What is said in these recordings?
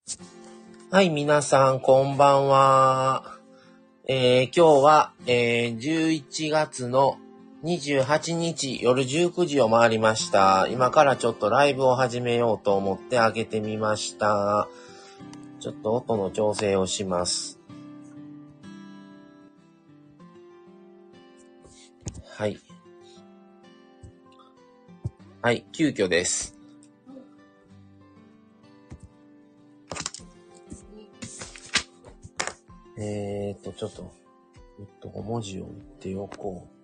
はい、皆さん、こんばんは。今日は、11月の28日夜19時を回りました。今からちょっとライブを始めようと思って開けてみました。ちょっと音の調整をします。はい。はい、急遽です。ちょっと文字を打っておこう。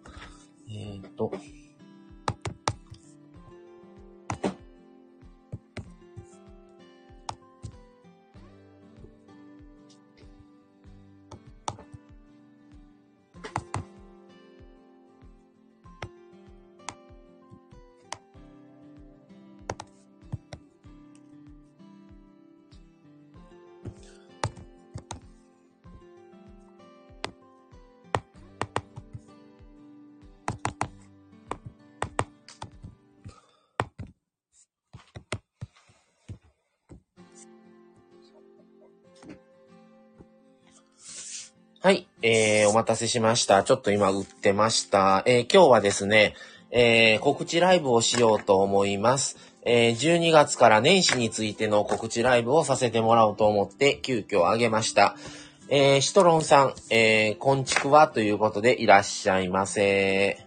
はい、お待たせしました。ちょっと今打ってました。今日はですね、告知ライブをしようと思います。12月から年始についての告知ライブをさせてもらおうと思って急遽あげました。シトロンさん、こんちくわということでいらっしゃいませ。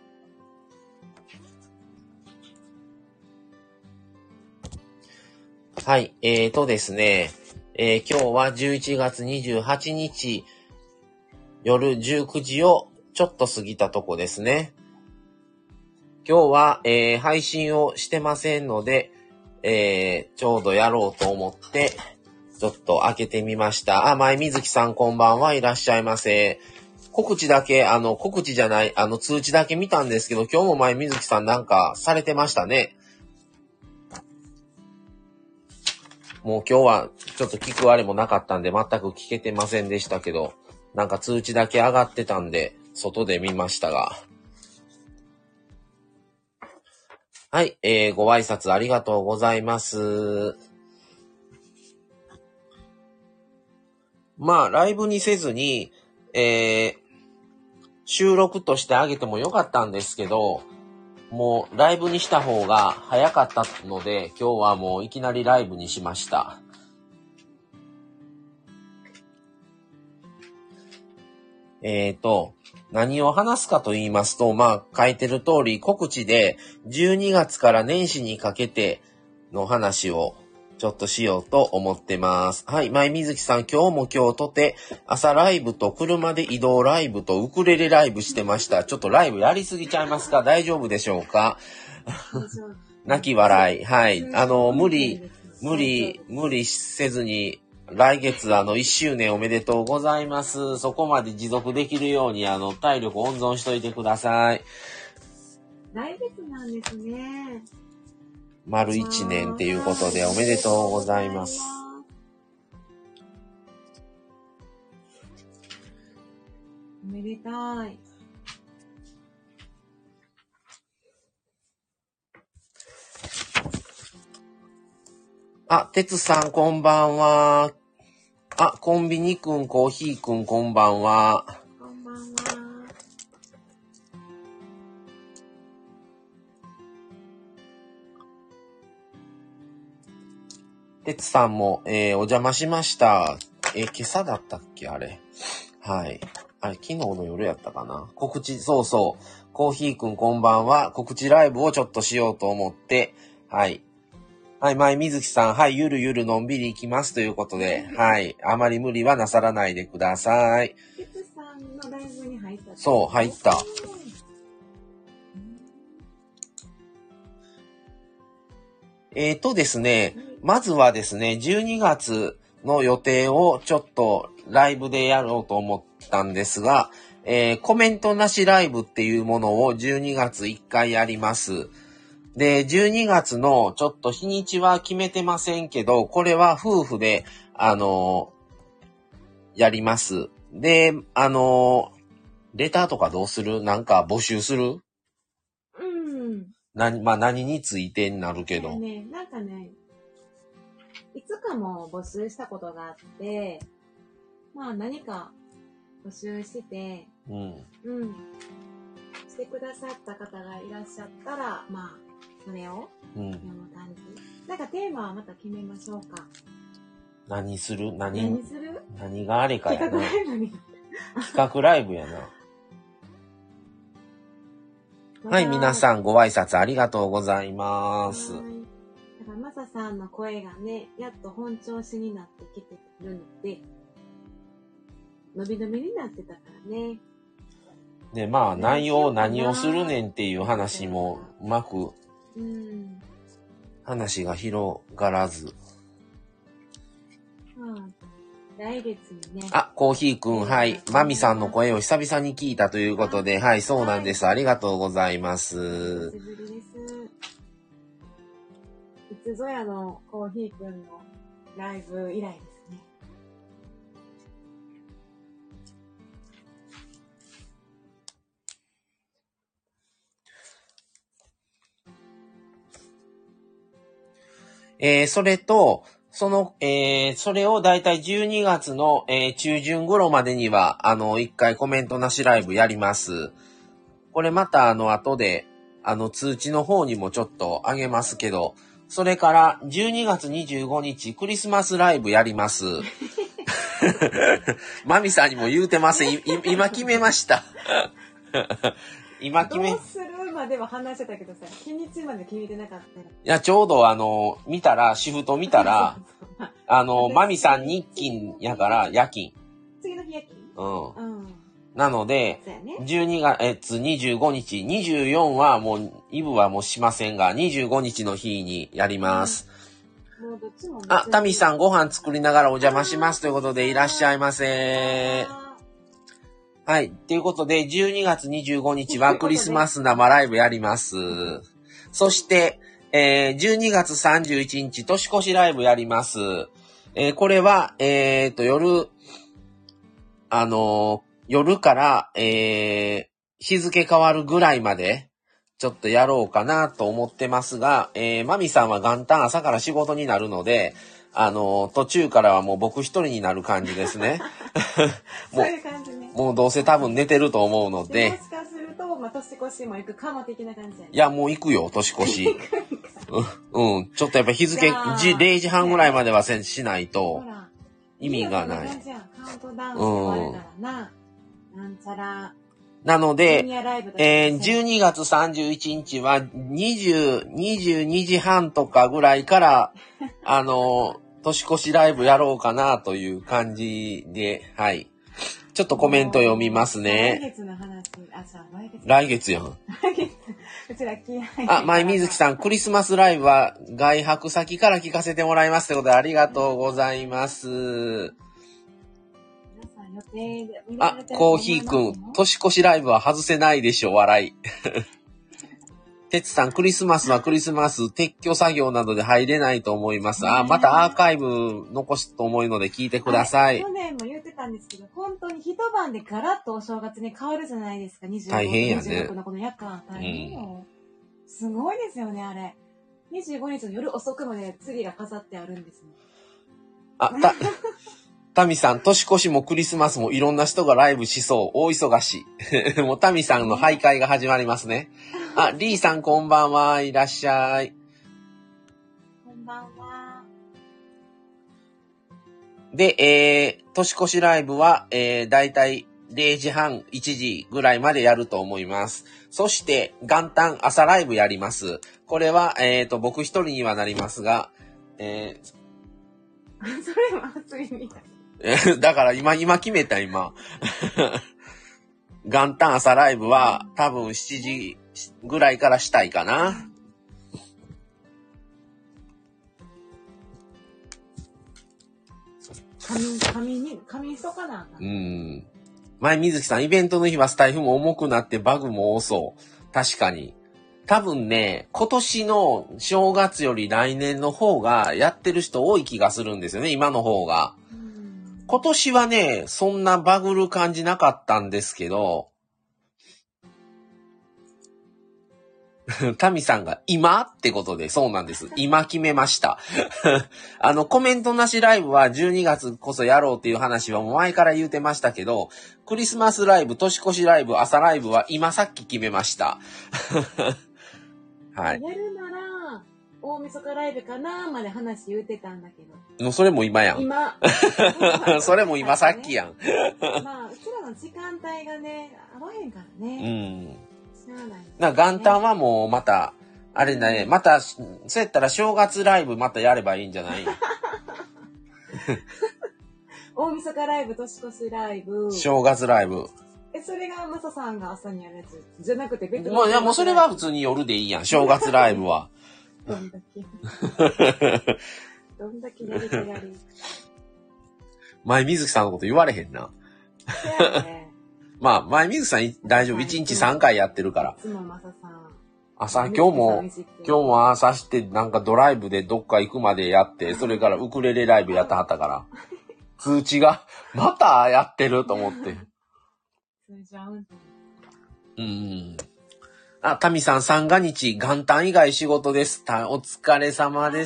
はい、ですね、今日は11月28日、夜19時をちょっと過ぎたとこですね。今日は、配信をしてませんので、ちょうどやろうと思って、ちょっと開けてみました。前水木さんこんばんはいらっしゃいませ。告知だけ、告知じゃない、通知だけ見たんですけど、今日も前水木さんなんかされてましたね。もう今日はちょっと聞くあれもなかったんで全く聞けてませんでしたけど、なんか通知だけ上がってたんで、外で見ましたが。はい、ご挨拶ありがとうございます。ライブにせずに、収録としてあげてもよかったんですけど、もうライブにした方が早かったので、今日はもういきなりライブにしました。何を話すかと言いますと、書いてる通り告知で12月から年始にかけての話をちょっとしようと思ってます。はい、前水木さん、今日とて朝ライブと車で移動ライブとウクレレライブしてました。ちょっとライブやりすぎちゃいますか？大丈夫でしょうか？泣き笑い。はい。無理せずに、来月1周年おめでとうございます。そこまで持続できるように体力温存しといてください。 来月なんですね。 丸1年っていうことでおめでとうございます。 おめでたい。 てつさんこんばんは。コンビニくん、コーヒーくんこんばんは。 こんばんは。 てつさんも、お邪魔しました。今朝だったっけあれ。はい。昨日の夜やったかな。告知、そうそう。コーヒーくんこんばんは。告知ライブをちょっとしようと思って、はい。はい、前水木さん、はい、ゆるゆるのんびり行きますということで、はい。あまり無理はなさらないでください。 てつさんのライブに入った？ そう、入った。ですね、まずはですね、12月の予定をちょっとライブでやろうと思ったんですが、コメントなしライブっていうものを12月1回やります。で、12月のちょっと日にちは決めてませんけど、これは夫婦で、やります。で、レターとかどうする？なんか募集する？ うん。 何についてになるけど。 なんかね、 いつかも募集したことがあって、まあ何か募集して、 うん。 してくださった方がいらっしゃったら、まあ、それを読む感じ。なんかテーマはまた決めましょうか。 何する何があれかやな。 企画ライブに。 企画ライブやな。はい、皆さんご挨拶ありがとうございます。 だから、マサさんの声がね、やっと本調子になってきてるので、伸び伸びになってたからね。 で、まあ、内容何をするねんっていう話もうまく、話が広がらず。 来月にね。 あ、コーヒーくん、はい。マミさんの声を久々に聞いたということで、はい、そうなんです。ありがとうございます。 久しぶりです。いつぞやのコーヒーくんのライブ以来ですね。 それと、それをだいたい12月の、中旬頃までには、一回コメントなしライブやります。これまた後で、通知の方にもちょっと上げますけど、それから12月25日クリスマスライブやります。マミさんにも言うてません。今決めました。 今決め。どうするまでは話してたけどさ、日にちまで決めてなかったら。いや、ちょうど見たら、シフト見たら、マミさん日勤やから夜勤。 次の日夜勤？ なので、12月25日、24はもう、イブはもうしませんが、25日の日にやります。あ、タミさんご飯作りながらお邪魔しますということでいらっしゃいませ。はい。ということで、12月25日はクリスマス生ライブやります。そして、12月31日、年越しライブやります。これは、夜から、日付変わるぐらいまで、ちょっとやろうかなと思ってますが、マミさんは元旦朝から仕事になるので、途中からはもう僕一人になる感じですね。 そういう感じね。 もうどうせ多分寝てると思うので。 もしかすると、まあ、年越しも行くかも的な感じやね。 いや、もう行くよ、年越し。ちょっとやっぱ日付、0時半ぐらいまではしないと、意味がない。 カウントダウン終わるからな。なんちゃら。 なので、12月31日は22時半とかぐらいから、年越しライブやろうかなという感じで、はい。ちょっとコメント読みますね。 来月の話。 来月やん。 うちら気合い。 あ、前水木さん、クリスマスライブは外泊先から聞かせてもらいますということでありがとうございます。あ、コーヒーくん、年越しライブは外せないでしょ、笑い。てつさん、クリスマスはクリスマス、撤去作業などで入れないと思います。あ、またアーカイブ残すと思うので聞いてください。 去年も言ってたんですけど、本当に一晩でガラッとお正月に変わるじゃないですか、25 大変やね。 26のこの夜間。大変よ。すごいですよね、あれ。25日の夜遅くまでツリーが飾ってあるんですね。 タミさん、年越しもクリスマスもいろんな人がライブしそう。大忙し。もうタミさんの徘徊が始まりますね。あ、リーさんこんばんは。いらっしゃい。 こんばんは。 で、年越しライブは、だいたい0時半、1時ぐらいまでやると思います。そして、元旦朝ライブやります。これは、僕一人にはなりますが、 それは祭りみたい。 だから今決めた今。元旦朝ライブは多分7時ぐらいからしたいかな。 仮眠しとかな。 前水木さん、イベントの日はスタイフも重くなってバグも多そう。確かに。多分ね、今年の正月より来年の方がやってる人多い気がするんですよね、今の方が。今年はね、そんなバグる感じなかったんですけど、 タミさんが今ってことで、そうなんです。今決めました。コメントなしライブは12月こそやろうっていう話はもう前から言うてましたけど、クリスマスライブ、年越しライブ、朝ライブは今さっき決めました。はい。 やるなら、大晦日ライブかなまで話言うてたんだけど。 もうそれも今やん。 今。 それも今さっきやん。 まあ、うちらの時間帯がね、合わへんからね。 うん。 しゃあない、ね。 元旦はもうまた、あれだね、また、そうやったら正月ライブまたやればいいんじゃない？ 大晦日ライブ、年越しライブ。 正月ライブ。 それがマサさんが朝にやるやつじゃなくて別に。 もういや、もうそれは普通に夜でいいやん、正月ライブは。 どんだけ。どんだけやりたがり。 前水木さんのこと言われへんな。 そうやね。 まあ、前水木さん大丈夫。1日3回やってるから。 いつもマサさん。 今日も朝してなんかドライブでどっか行くまでやって、それからウクレレライブやってはったから。通知が、またやってると思って。タミさん三が日、元旦以外仕事です。お疲れ様です。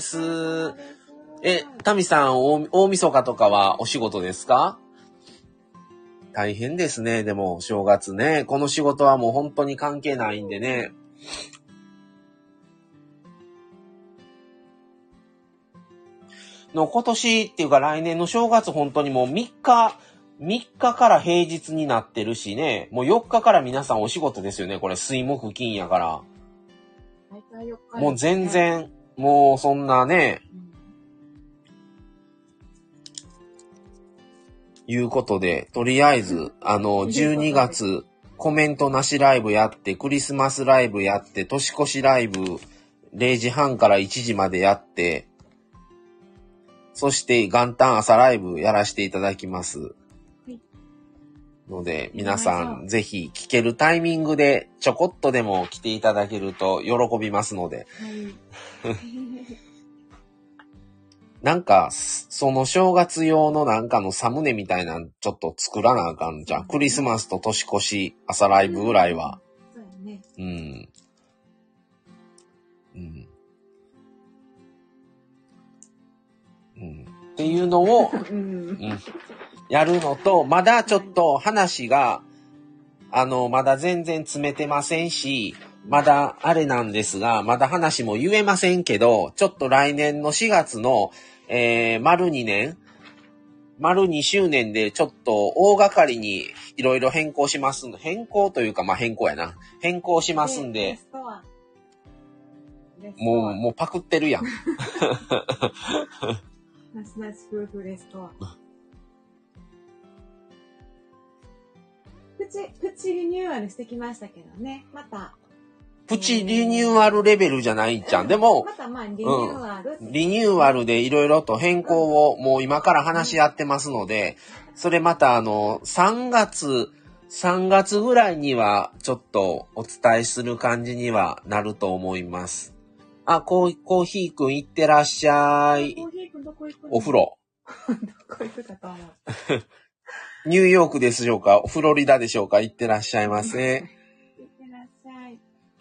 タミさん、大晦日とかはお仕事ですか？大変ですね。でも、正月ね。この仕事はもう本当に関係ないんでね。今年っていうか来年の正月本当にもう3日から平日になってるしね、もう4日から皆さんお仕事ですよね、これ水木金やから。もう全然、もうそんなね、いうことで、とりあえず、12月、コメントなしライブやって、クリスマスライブやって、年越しライブ、0時半から1時までやって、そして元旦朝ライブやらせていただきます。はい、ので、皆さんぜひ聞けるタイミングでちょこっとでも来ていただけると喜びますので。はい、なんか、その正月用のなんかのサムネみたいなのちょっと作らなあかんじゃん。クリスマスと年越し朝ライブぐらいは。そうやね。うん。うん。っていうのを、やるのと、まだちょっと話が、まだ全然詰めてませんし、まだあれなんですが、まだ話も言えませんけど、ちょっと来年の4月の、丸2周年でちょっと大掛かりにいろいろ変更します変更というか、まあ変更やな。変更しますんで、もうパクってるやん。 なしなし夫婦レストア。プチリニューアルしてきましたけどね。また。 プチリニューアルレベルじゃないじゃん。でも、 またまあリニューアル、 リニューアルでいろいろと変更をもう今から話し合ってますので、それまた3月ぐらいにはちょっとお伝えする感じにはなると思います。コーヒーくんいってらっしゃい。コーヒーくんどこ行くの？お風呂。どこ行くかと思う。ニューヨークでしょうか？フロリダでしょうか？いってらっしゃいませ。いってらっしゃい。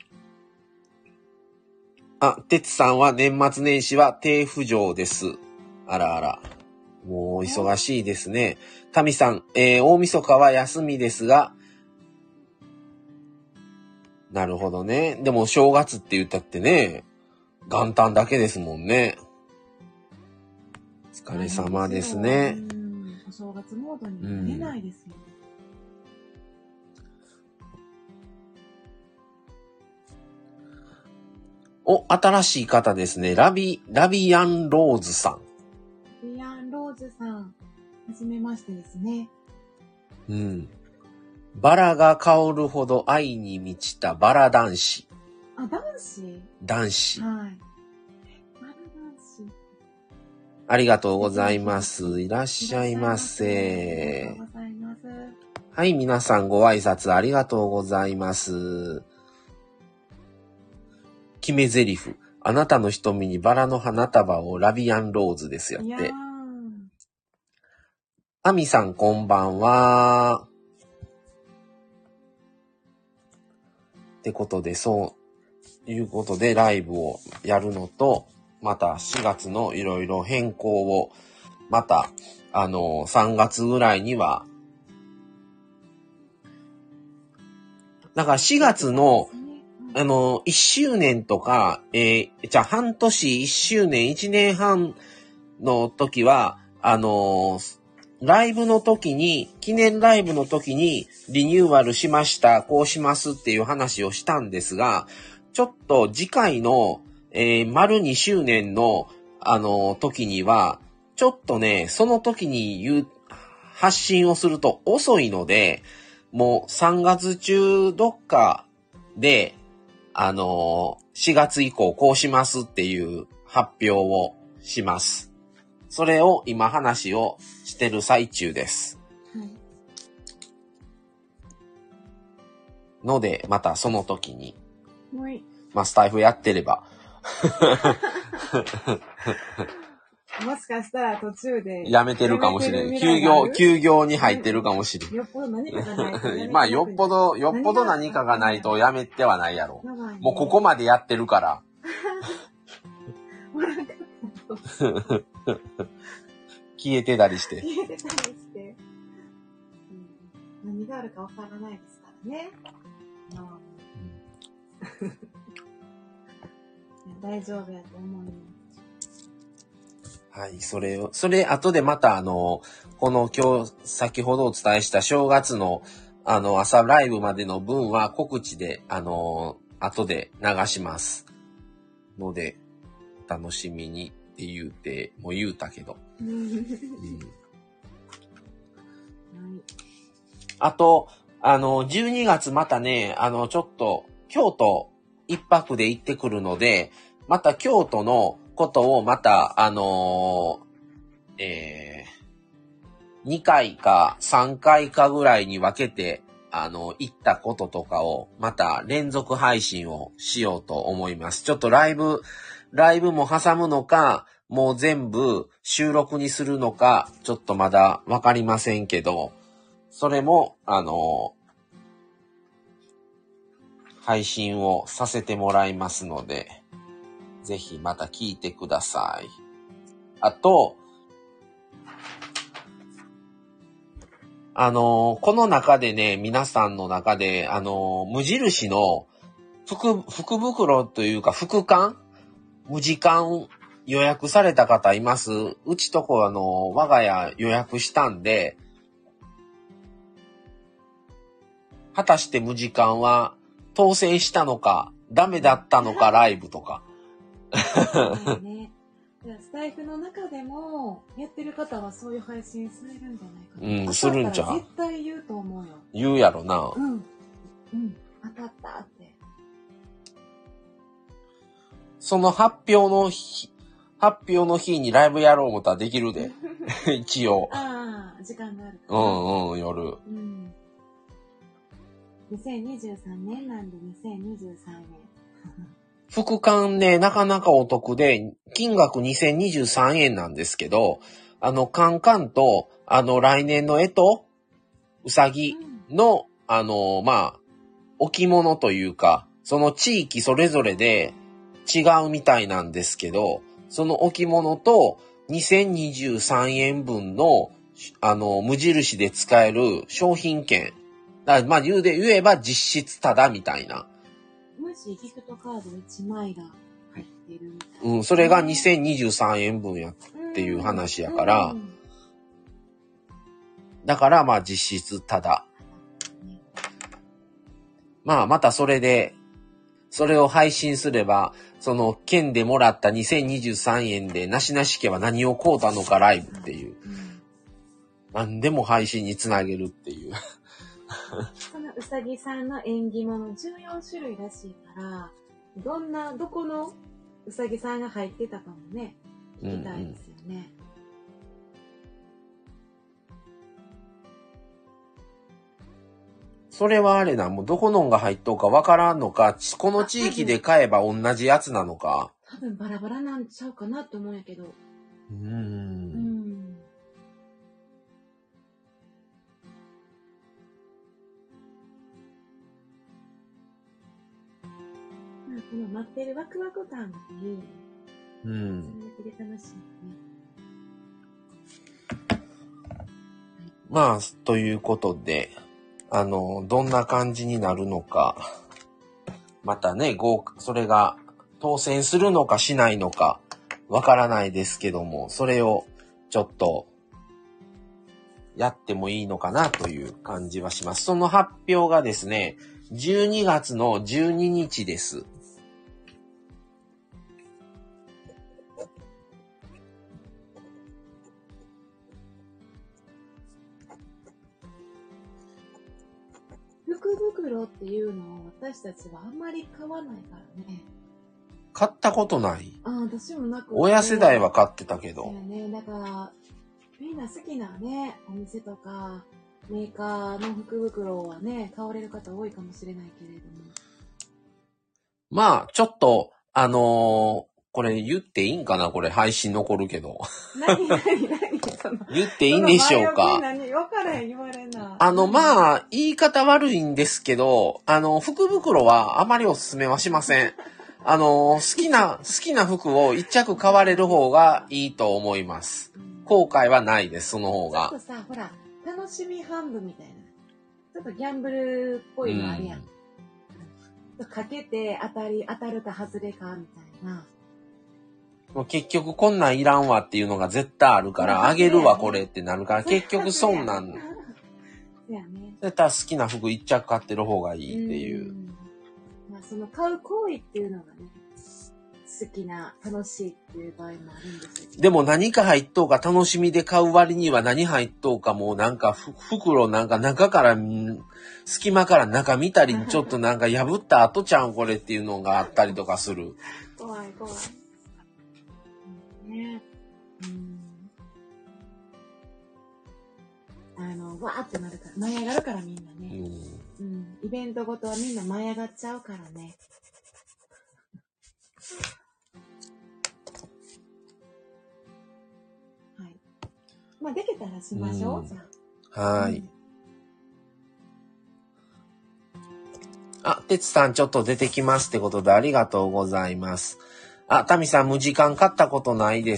てつさんは年末年始は低浮上です。あらあら。もう忙しいですね。タミさん、大晦日は休みですが、なるほどね。でも正月って言ったってね、元旦だけですもんね。お疲れ様ですね。 お正月モードになれないですよ。 新しい方ですね。ラビアンローズさん。 ラビアンローズさん。はじめましてですね。 うん。バラが香るほど愛に満ちたバラ男子。男子。はい。バラ男子。ありがとうございます。いらっしゃいませ。ありがとうございます。はい、皆さんご挨拶ありがとうございます。決め台詞。あなたの瞳にバラの花束をラビアンローズですやって。アミさんこんばんは。ってことで、そう。 いうことでライブをやるのと、また4月のいろいろ変更を、また、3月ぐらいには、だから4月の、1周年とか、半年1周年、1年半の時は、ライブの時に、記念ライブの時にリニューアルしました、こうしますっていう話をしたんですが、ちょっと次回の、丸2周年の、時には、ちょっとね、その時に発信をすると遅いので、もう3月中どっかで、4月以降こうしますっていう発表をします。それを今話をしてる最中です。はい、ので、またその時に。はい、まあ、スタイフやってれば。 もしかしたら途中で。 やめてるかもしれん。休業に入ってるかもしれん。 よっぽど何かがないと。 まあ、よっぽど何かがないとやめてはないやろ。もうここまでやってるから。消えてたりして。 何があるかわからないですからね。大丈夫やと思います。 はい、それ後でまたこの今日先ほどお伝えした正月の朝ライブまでの分は告知で後で流しますのでお楽しみにってもう言うたけど。あと12月またねちょっと京都一泊で行ってくるのでまた京都のことをまた2回か3回かぐらいに分けて行ったこととかをまた連続配信をしようと思います。ちょっとライブも挟むのかもう全部収録にするのかちょっとまだわかりませんけどそれも配信をさせてもらいますのでぜひまた聞いてください。あと、この中でね、皆さんの中で、無印の福袋というか、福缶無地缶予約された方います？うちとこ我が家予約したんで、果たして無地缶は当選したのか、ダメだったのか、ライブとか。 ね、スタイフの中でもやってる方はそういう配信されるんじゃないかな。 するんちゃう？ 絶対言うと思うよ。 言うやろな。 当たったって。 その発表の日にライブやろう思ったらできるで。一応。 ああ、時間があるから。夜。 2023年なんで2023年。 副館ね、なかなかお得で、金額2023円なんですけど、カンカンと、来年のうさぎの、置物というか、その地域それぞれで違うみたいなんですけど、その置物と2023円分の、無印で使える商品券。言えば実質タダみたいな。 ギフトカード1枚が入ってるみたいな。 それが2023円分やっていう話やから、だから実質ただ。またそれを配信すれば、その券でもらった2023円でなしなし家は何を買うたのかライブっていう。何でも配信につなげるっていう。 このうさぎさんの縁起物14種類らしいから、どこのうさぎさんが入ってたかもね、聞きたいですよね。 それはあれな、もうどこのが入っとうかわからんのか、この地域で買えば同じやつなのか。 多分バラバラなんちゃうかなって思うんやけど。 この待ってるワクワク感がいいよね。 うん。 それだけで楽しいよね。 まあ、ということで、どんな感じになるのか、またね、それが当選するのかしないのか、わからないですけども、それをちょっと、やってもいいのかなという感じはします。その発表がですね、12月の12日です。 福袋っていうのを私たちはあんまり買わないからね。 買ったことない。 私もなくて。 親世代は買ってたけど。 ね、だから、みんな好きなね、お店とか、メーカーの福袋はね、買われる方多いかもしれないけれども。 まあ、ちょっと、これ言っていいんかな、これ配信残るけど。 何言っていいんでしょうか。 何分からへん言われな。 まあ、言い方悪いんですけど、福袋はあまりおすすめはしません。好きな服を一着買われる方がいいと思います。後悔はないです、その方が。 ちょっとさ、ほら、楽しみ半分みたいな。ちょっとギャンブルっぽいのあるやん。かけて当たるか外れかみたいな。 もう結局こんなんいらんわっていうのが絶対あるから、あげるわこれってなるから、結局そんなん。絶対好きな服一着買ってる方がいいっていう。 まあその買う行為っていうのがね、好きな、楽しいっていう場合もあるんですよ。 でも何か入っとうか楽しみで買う割には何入っとうかもうなんか袋なんか中から隙間から中見たりちょっとなんか破った後ちゃんこれっていうのがあったりとかする。 怖い。ね。わーってなるから、舞い上がるからみんなね。イベントごとはみんな舞い上がっちゃうからね。はい。まあ、できたらしましょう、じゃあ。はい。てつさんちょっと出てきますってことでありがとうございます。タミさん無時間買ったことないです。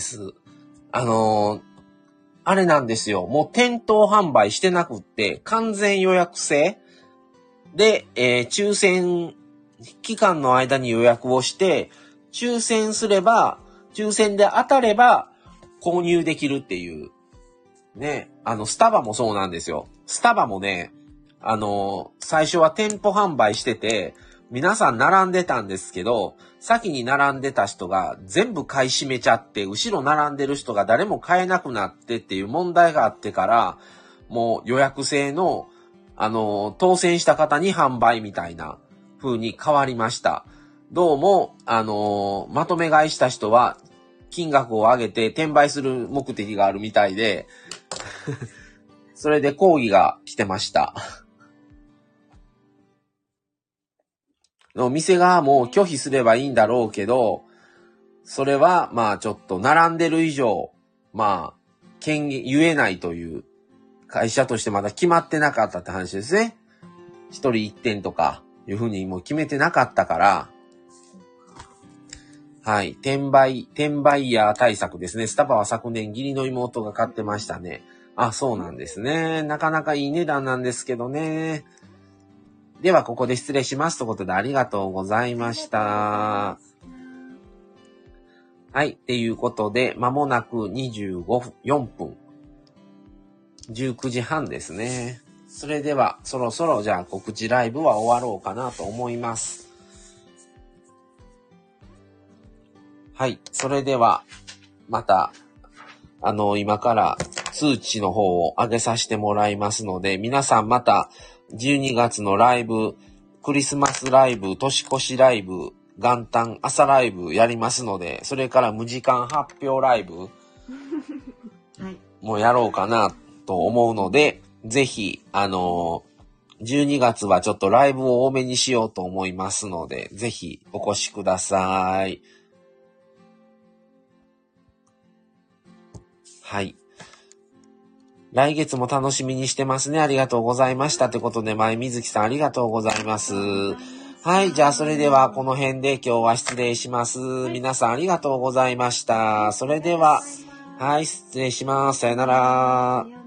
あれなんですよ。もう店頭販売してなくって、完全予約制で、抽選期間の間に予約をして、抽選で当たれば購入できるっていう。ね、スタバもそうなんですよ。スタバもね、最初は店舗販売してて、皆さん並んでたんですけど、先に並んでた人が全部買い占めちゃって、後ろ並んでる人が誰も買えなくなってっていう問題があってから、もう予約制の、当選した方に販売みたいな風に変わりました。どうも、まとめ買いした人は、金額を上げて転売する目的があるみたいで、それで抗議が来てました。店側も拒否すればいいんだろうけど、それはまあちょっと並んでる以上、まあ言えないという会社としてまだ決まってなかったって話ですね。一人一点とかいうふうにもう決めてなかったから、はい、転売ヤー対策ですね。スタバは昨年義理の妹が買ってましたね。そうなんですね。なかなかいい値段なんですけどね。では、ここで失礼しますということでありがとうございました。はい。っていうことで、間もなく4分。19時半ですね。それでは、そろそろじゃあ告知ライブは終わろうかなと思います。はい。それでは、また、今から通知の方を上げさせてもらいますので、皆さんまた、12月のライブ、クリスマスライブ、年越しライブ、元旦朝ライブやりますので、それから無時間発表ライブもやろうかなと思うので、ぜひ、12月はちょっとライブを多めにしようと思いますので、ぜひお越しください。はい。来月も楽しみにしてますね。ありがとうございました。ってことで、前水木さんありがとうございます。 はい。じゃあ、それでは、この辺で今日は失礼します。皆さんありがとうございました。それでは、はい、失礼します。さよなら。